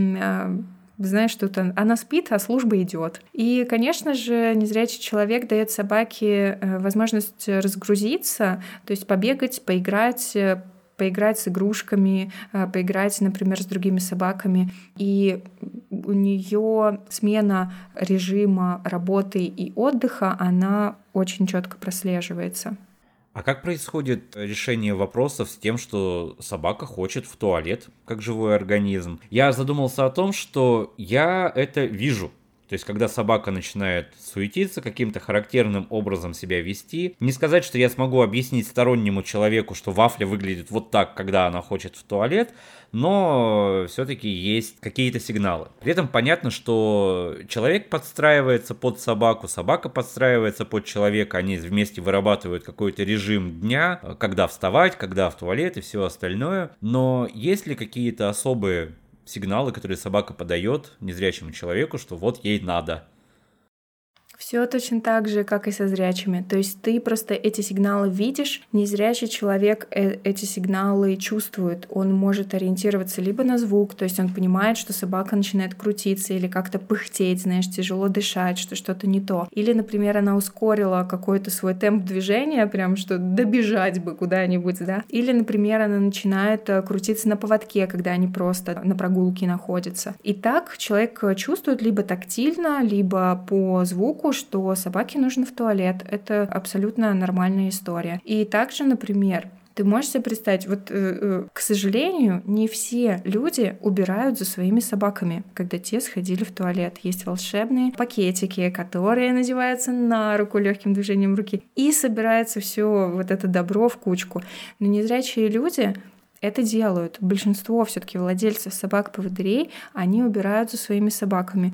знаешь, что она спит, а служба идет. И, конечно же, незрячий человек дает собаке возможность разгрузиться, то есть побегать, поиграть, поиграть с игрушками, поиграть, например, с другими собаками. И у нее смена режима работы и отдыха, она очень четко прослеживается. А как происходит решение вопросов с тем, что собака хочет в туалет, как живой организм? Я задумался о том, что я это вижу. То есть, когда собака начинает суетиться, каким-то характерным образом себя вести, не сказать, что я смогу объяснить стороннему человеку, что вафля выглядит вот так, когда она хочет в туалет, но все-таки есть какие-то сигналы. При этом понятно, что человек подстраивается под собаку, собака подстраивается под человека, они вместе вырабатывают какой-то режим дня, когда вставать, когда в туалет и все остальное. Но есть ли какие-то особые сигналы, которые собака подает незрячему человеку, что вот ей надо? Все точно так же, как и со зрячими. То есть ты просто эти сигналы видишь, незрячий человек э- эти сигналы чувствует. Он может ориентироваться либо на звук, то есть он понимает, что собака начинает крутиться или как-то пыхтеть, знаешь, тяжело дышать, что что-то не то. Или, например, она ускорила какой-то свой темп движения, прям что добежать бы куда-нибудь, да. Или, например, она начинает крутиться на поводке, когда они просто на прогулке находятся. И так человек чувствует либо тактильно, либо по звуку, что собаке нужно в туалет. Это абсолютно нормальная история. И также, например, ты можешь себе представить, вот, э, э, к сожалению, не все люди убирают за своими собаками, когда те сходили в туалет. Есть волшебные пакетики, которые надеваются на руку легким движением руки, и собирается все вот это добро в кучку. Но незрячие люди это делают. Большинство все-таки владельцев собак-поводырей, они убирают за своими собаками.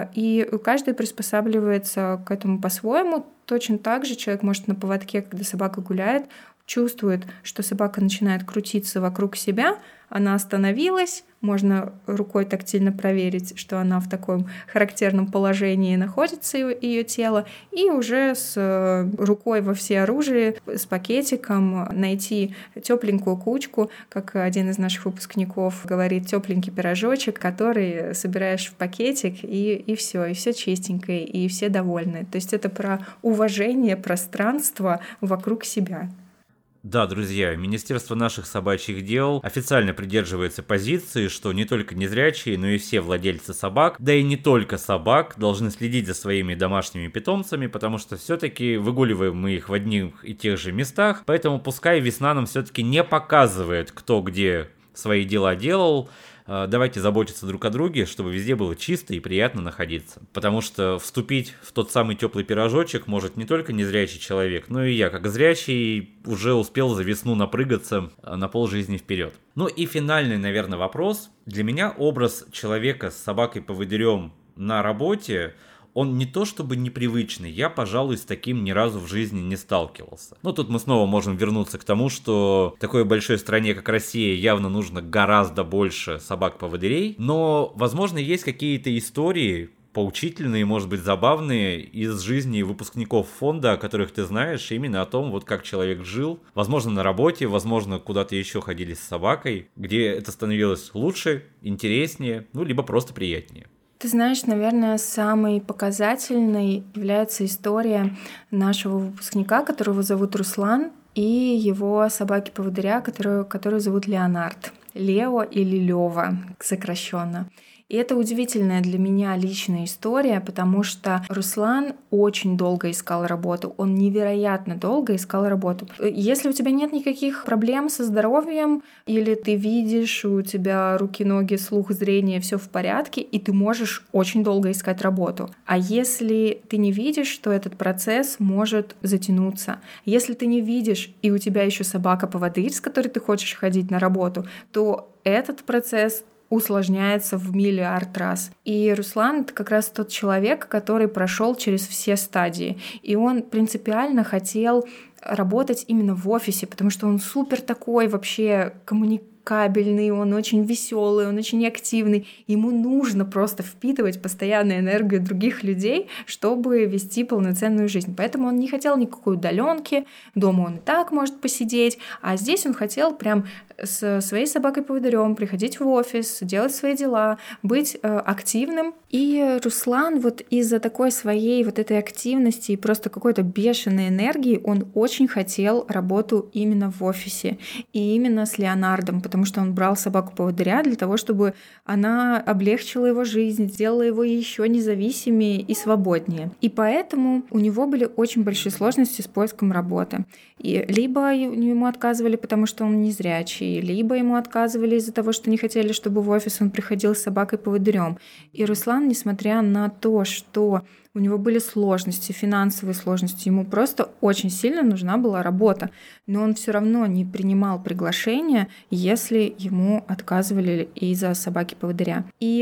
И каждый приспосабливается к этому по-своему. Точно так же человек может на поводке, когда собака гуляет, чувствует, что собака начинает крутиться вокруг себя, она остановилась, можно рукой тактильно проверить, что она в таком характерном положении находится, ее тело, и уже с рукой во всеоружии, с пакетиком найти тепленькую кучку, как один из наших выпускников говорит, тепленький пирожочек, который собираешь в пакетик, и, и все, и все чистенькое, и все довольны. То есть это про уважение пространства вокруг себя. Да, друзья, Министерство наших собачьих дел официально придерживается позиции, что не только незрячие, но и все владельцы собак, да и не только собак, должны следить за своими домашними питомцами, потому что все-таки выгуливаем мы их в одних и тех же местах, поэтому пускай весна нам все-таки не показывает, кто где свои дела делал. Давайте заботиться друг о друге, чтобы везде было чисто и приятно находиться. Потому что вступить в тот самый теплый пирожочек может не только незрячий человек, но и я, как зрячий, уже успел за весну напрыгаться на полжизни вперед. Ну и финальный, наверное, вопрос. Для меня образ человека с собакой-поводырем на работе, он не то чтобы непривычный, я, пожалуй, с таким ни разу в жизни не сталкивался. Но тут мы снова можем вернуться к тому, что в такой большой стране, как Россия, явно нужно гораздо больше собак-поводырей. Но, возможно, есть какие-то истории, поучительные, может быть, забавные, из жизни выпускников фонда, о которых ты знаешь, именно о том, вот как человек жил. Возможно, на работе, возможно, куда-то еще ходили с собакой, где это становилось лучше, интереснее, ну, либо просто приятнее. Ты знаешь, наверное, самой показательной является история нашего выпускника, которого зовут Руслан, и его собаки-поводыря, которую, которую зовут Леонард. Лео или Лёва, сокращенно. И это удивительная для меня личная история, потому что Руслан очень долго искал работу, он невероятно долго искал работу. Если у тебя нет никаких проблем со здоровьем, или ты видишь, у тебя руки, ноги, слух, зрение, все в порядке, и ты можешь очень долго искать работу. А если ты не видишь, то этот процесс может затянуться. Если ты не видишь, и у тебя еще собака-поводырь, с которой ты хочешь ходить на работу, то этот процесс усложняется в миллиард раз. И Руслан — это как раз тот человек, который прошел через все стадии. И он принципиально хотел работать именно в офисе, потому что он супер такой вообще коммуникабельный, он очень веселый, он очень активный. Ему нужно просто впитывать постоянно энергию других людей, чтобы вести полноценную жизнь. Поэтому он не хотел никакой удаленки, дома он и так может посидеть, а здесь он хотел прям с своей собакой-поводырем приходить в офис, делать свои дела, быть э, активным. И Руслан вот из-за такой своей вот этой активности и просто какой-то бешеной энергии, он очень хотел работу именно в офисе и именно с Леонардом, потому что он брал собаку-поводыря для того, чтобы она облегчила его жизнь, сделала его еще независимее и свободнее. И поэтому у него были очень большие сложности с поиском работы. И либо ему отказывали, потому что он незрячий, либо ему отказывали из-за того, что не хотели, чтобы в офис он приходил с собакой-поводырем. И Руслан, несмотря на то, что у него были сложности, финансовые сложности, ему просто очень сильно нужна была работа, но он все равно не принимал приглашения, если ему отказывали из-за собаки-поводыря. И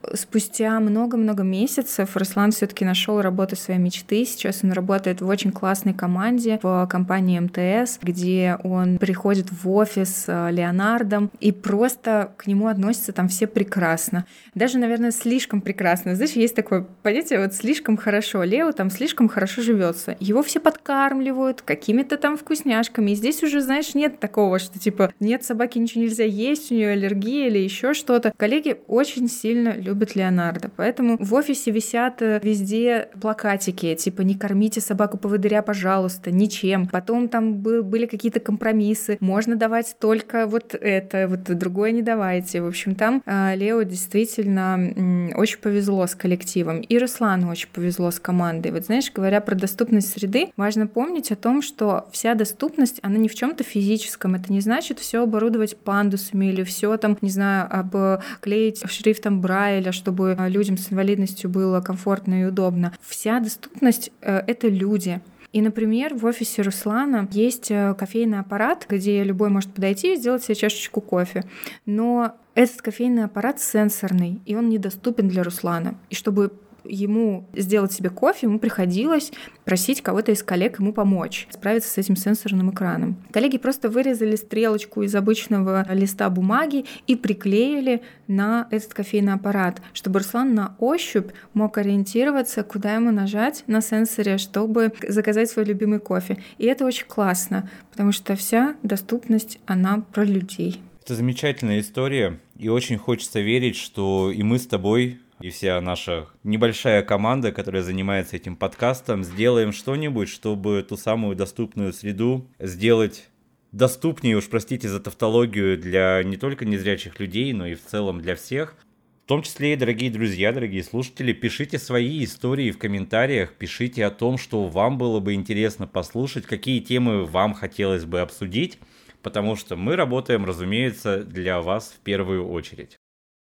спустя много-много месяцев Руслан все-таки нашел работу своей мечты. Сейчас он работает в очень классной команде в компании эм тэ эс, где он приходит в офис с Леонардом, и просто к нему относятся там все прекрасно. Даже, наверное, слишком прекрасно. Знаешь, есть такое понятие, вот слишком хорошо. Лео там слишком хорошо живется. Его все подкармливают какими-то там вкусняшками. И здесь уже, знаешь, нет такого, что типа нет, собаке ничего нельзя есть, у нее аллергия или еще что-то. Коллеги очень сильно любят Леонардо, поэтому в офисе висят везде плакатики, типа «Не кормите собаку-поводыря, пожалуйста, ничем». Потом там был, были какие-то компромиссы. Можно давать только вот это, вот другое не давайте. В общем, там э, Лео действительно м, очень повезло с коллективом. И Руслану очень повезло с командой. Вот знаешь, говоря про доступность среды, важно помнить о том, что вся доступность, она не в чем-то физическом. Это не значит все оборудовать пандусами или все там, не знаю, обклеить шрифтом Брайля, чтобы людям с инвалидностью было комфортно и удобно. Вся доступность — это люди. И, например, в офисе Руслана есть кофейный аппарат, где любой может подойти и сделать себе чашечку кофе. Но этот кофейный аппарат сенсорный, и он недоступен для Руслана. И чтобы ему сделать себе кофе, ему приходилось просить кого-то из коллег ему помочь справиться с этим сенсорным экраном. Коллеги просто вырезали стрелочку из обычного листа бумаги и приклеили на этот кофейный аппарат, чтобы Руслан на ощупь мог ориентироваться, куда ему нажать на сенсоре, чтобы заказать свой любимый кофе. И это очень классно, потому что вся доступность, она про людей. Это замечательная история, и очень хочется верить, что и мы с тобой, и вся наша небольшая команда, которая занимается этим подкастом, сделаем что-нибудь, чтобы ту самую доступную среду сделать доступнее, уж простите за тавтологию, для не только незрячих людей, но и в целом для всех. В том числе и, дорогие друзья, дорогие слушатели, пишите свои истории в комментариях, пишите о том, что вам было бы интересно послушать, какие темы вам хотелось бы обсудить, потому что мы работаем, разумеется, для вас в первую очередь.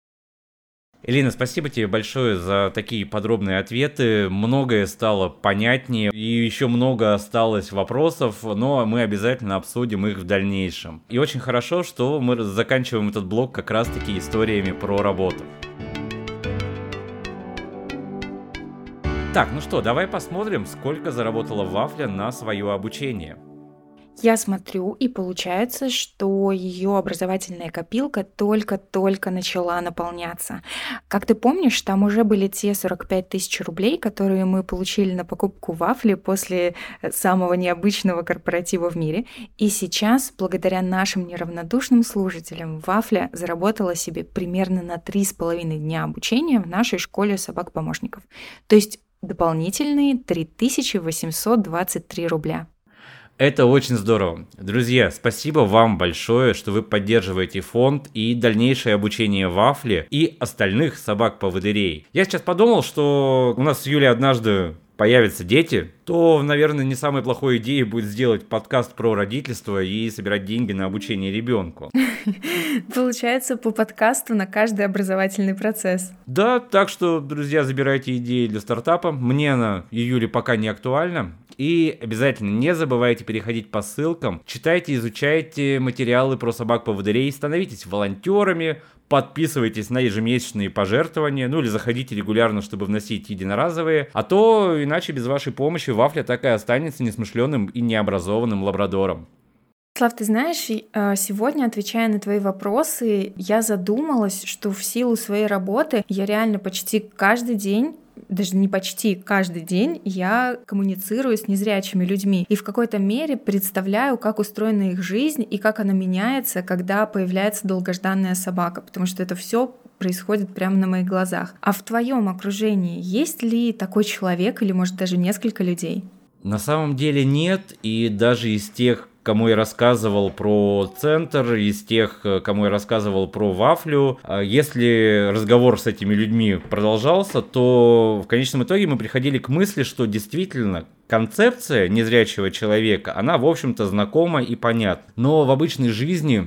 Элина, спасибо тебе большое за такие подробные ответы. Многое стало понятнее, и еще много осталось вопросов, но мы обязательно обсудим их в дальнейшем. И очень хорошо, что мы заканчиваем этот блог как раз-таки историями про работу. Так, ну что, давай посмотрим, сколько заработала Вафля на свое обучение. Я смотрю, и получается, что ее образовательная копилка только-только начала наполняться. Как ты помнишь, там уже были те сорок пять тысяч рублей, которые мы получили на покупку вафли после самого необычного корпоратива в мире. И сейчас, благодаря нашим неравнодушным слушателям, Вафля заработала себе примерно на три с половиной дня обучения в нашей школе собак-помощников. То есть дополнительные три тысячи восемьсот двадцать три рубля. Это очень здорово. Друзья, спасибо вам большое, что вы поддерживаете фонд и дальнейшее обучение Вафли и остальных собак-поводырей. Я сейчас подумал, что у нас с Юлей однажды появятся дети, то, наверное, не самой плохой идеей будет сделать подкаст про родительство и собирать деньги на обучение ребенку. Получается, по подкасту на каждый образовательный процесс. Да, так что, друзья, забирайте идеи для стартапа. Мне она и Юле пока не актуальна. И обязательно не забывайте переходить по ссылкам, читайте, изучайте материалы про собак-поводырей, становитесь волонтерами, подписывайтесь на ежемесячные пожертвования, ну или заходите регулярно, чтобы вносить единоразовые, а то иначе без вашей помощи Вафля так и останется несмышленым и необразованным лабрадором. Слав, ты знаешь, сегодня, отвечая на твои вопросы, я задумалась, что в силу своей работы я реально почти каждый день, даже не почти каждый день, я коммуницирую с незрячими людьми и в какой-то мере представляю, как устроена их жизнь и как она меняется, когда появляется долгожданная собака, потому что это все происходит прямо на моих глазах. А в твоем окружении есть ли такой человек или, может, даже несколько людей? На самом деле нет, и даже из тех, кому я рассказывал про центр, из тех, кому я рассказывал про Вафлю, если разговор с этими людьми продолжался, то в конечном итоге мы приходили к мысли, что действительно концепция незрячего человека, она, в общем-то, знакома и понятна. Но в обычной жизни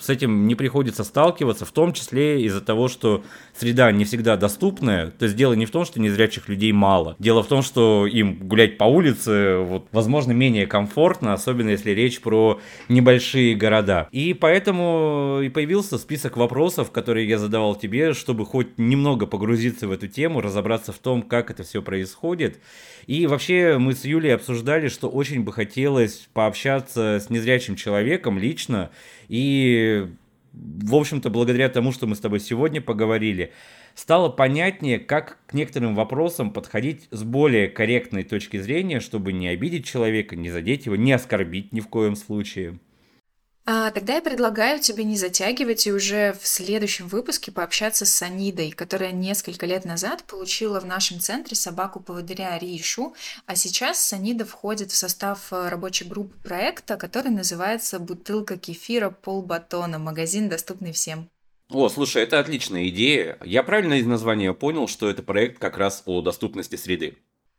с этим не приходится сталкиваться, в том числе из-за того, что среда не всегда доступная. То есть дело не в том, что незрячих людей мало. Дело в том, что им гулять по улице, вот, возможно, менее комфортно, особенно если речь про небольшие города. И поэтому и появился список вопросов, которые я задавал тебе, чтобы хоть немного погрузиться в эту тему, разобраться в том, как это все происходит. И вообще мы с Юлей обсуждали, что очень бы хотелось пообщаться с незрячим человеком лично. И, в общем-то, благодаря тому, что мы с тобой сегодня поговорили, стало понятнее, как к некоторым вопросам подходить с более корректной точки зрения, чтобы не обидеть человека, не задеть его, не оскорбить ни в коем случае. А, тогда я предлагаю тебе не затягивать и уже в следующем выпуске пообщаться с Санидой, которая несколько лет назад получила в нашем центре собаку-поводыря Ришу, а сейчас Санида входит в состав рабочей группы проекта, который называется «Бутылка кефира полбатона. Магазин, доступный всем». О, слушай, это отличная идея. Я правильно из названия понял, что это проект как раз о доступности среды?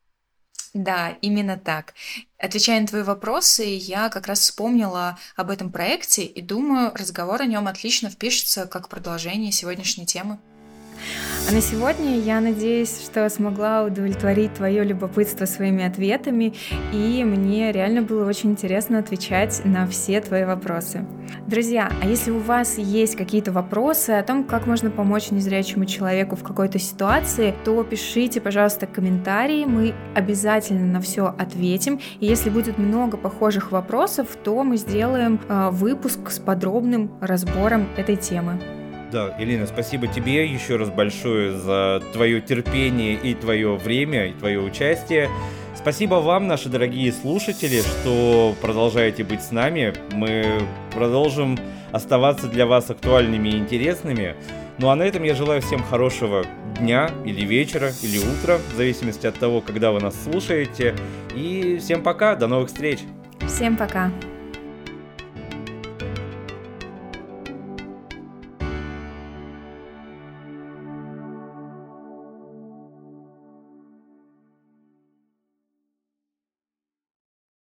Да, именно так. Отвечая на твои вопросы, я как раз вспомнила об этом проекте и думаю, разговор о нем отлично впишется как продолжение сегодняшней темы. А на сегодня я надеюсь, что смогла удовлетворить твое любопытство своими ответами, и мне реально было очень интересно отвечать на все твои вопросы. Друзья, а если у вас есть какие-то вопросы о том, как можно помочь незрячему человеку в какой-то ситуации, то пишите, пожалуйста, комментарии, мы обязательно на все ответим, и если будет много похожих вопросов, то мы сделаем э, выпуск с подробным разбором этой темы. Да, Элина, спасибо тебе еще раз большое за твое терпение и твое время, и твое участие. Спасибо вам, наши дорогие слушатели, что продолжаете быть с нами. Мы продолжим оставаться для вас актуальными и интересными. Ну а на этом я желаю всем хорошего дня или вечера, или утра, в зависимости от того, когда вы нас слушаете. И всем пока, до новых встреч! Всем пока!